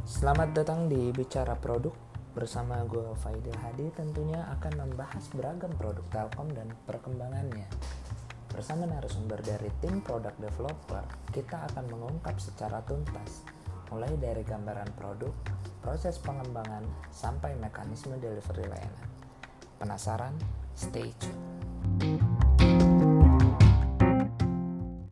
Selamat datang di Bicara Produk. Bersama gue Faidil Hadi tentunya akan membahas beragam produk Telkom dan perkembangannya. Bersama narasumber dari tim product developer, kita akan mengungkap secara tuntas, mulai dari gambaran produk, proses pengembangan, sampai mekanisme delivery layanan. Penasaran? Stay tune.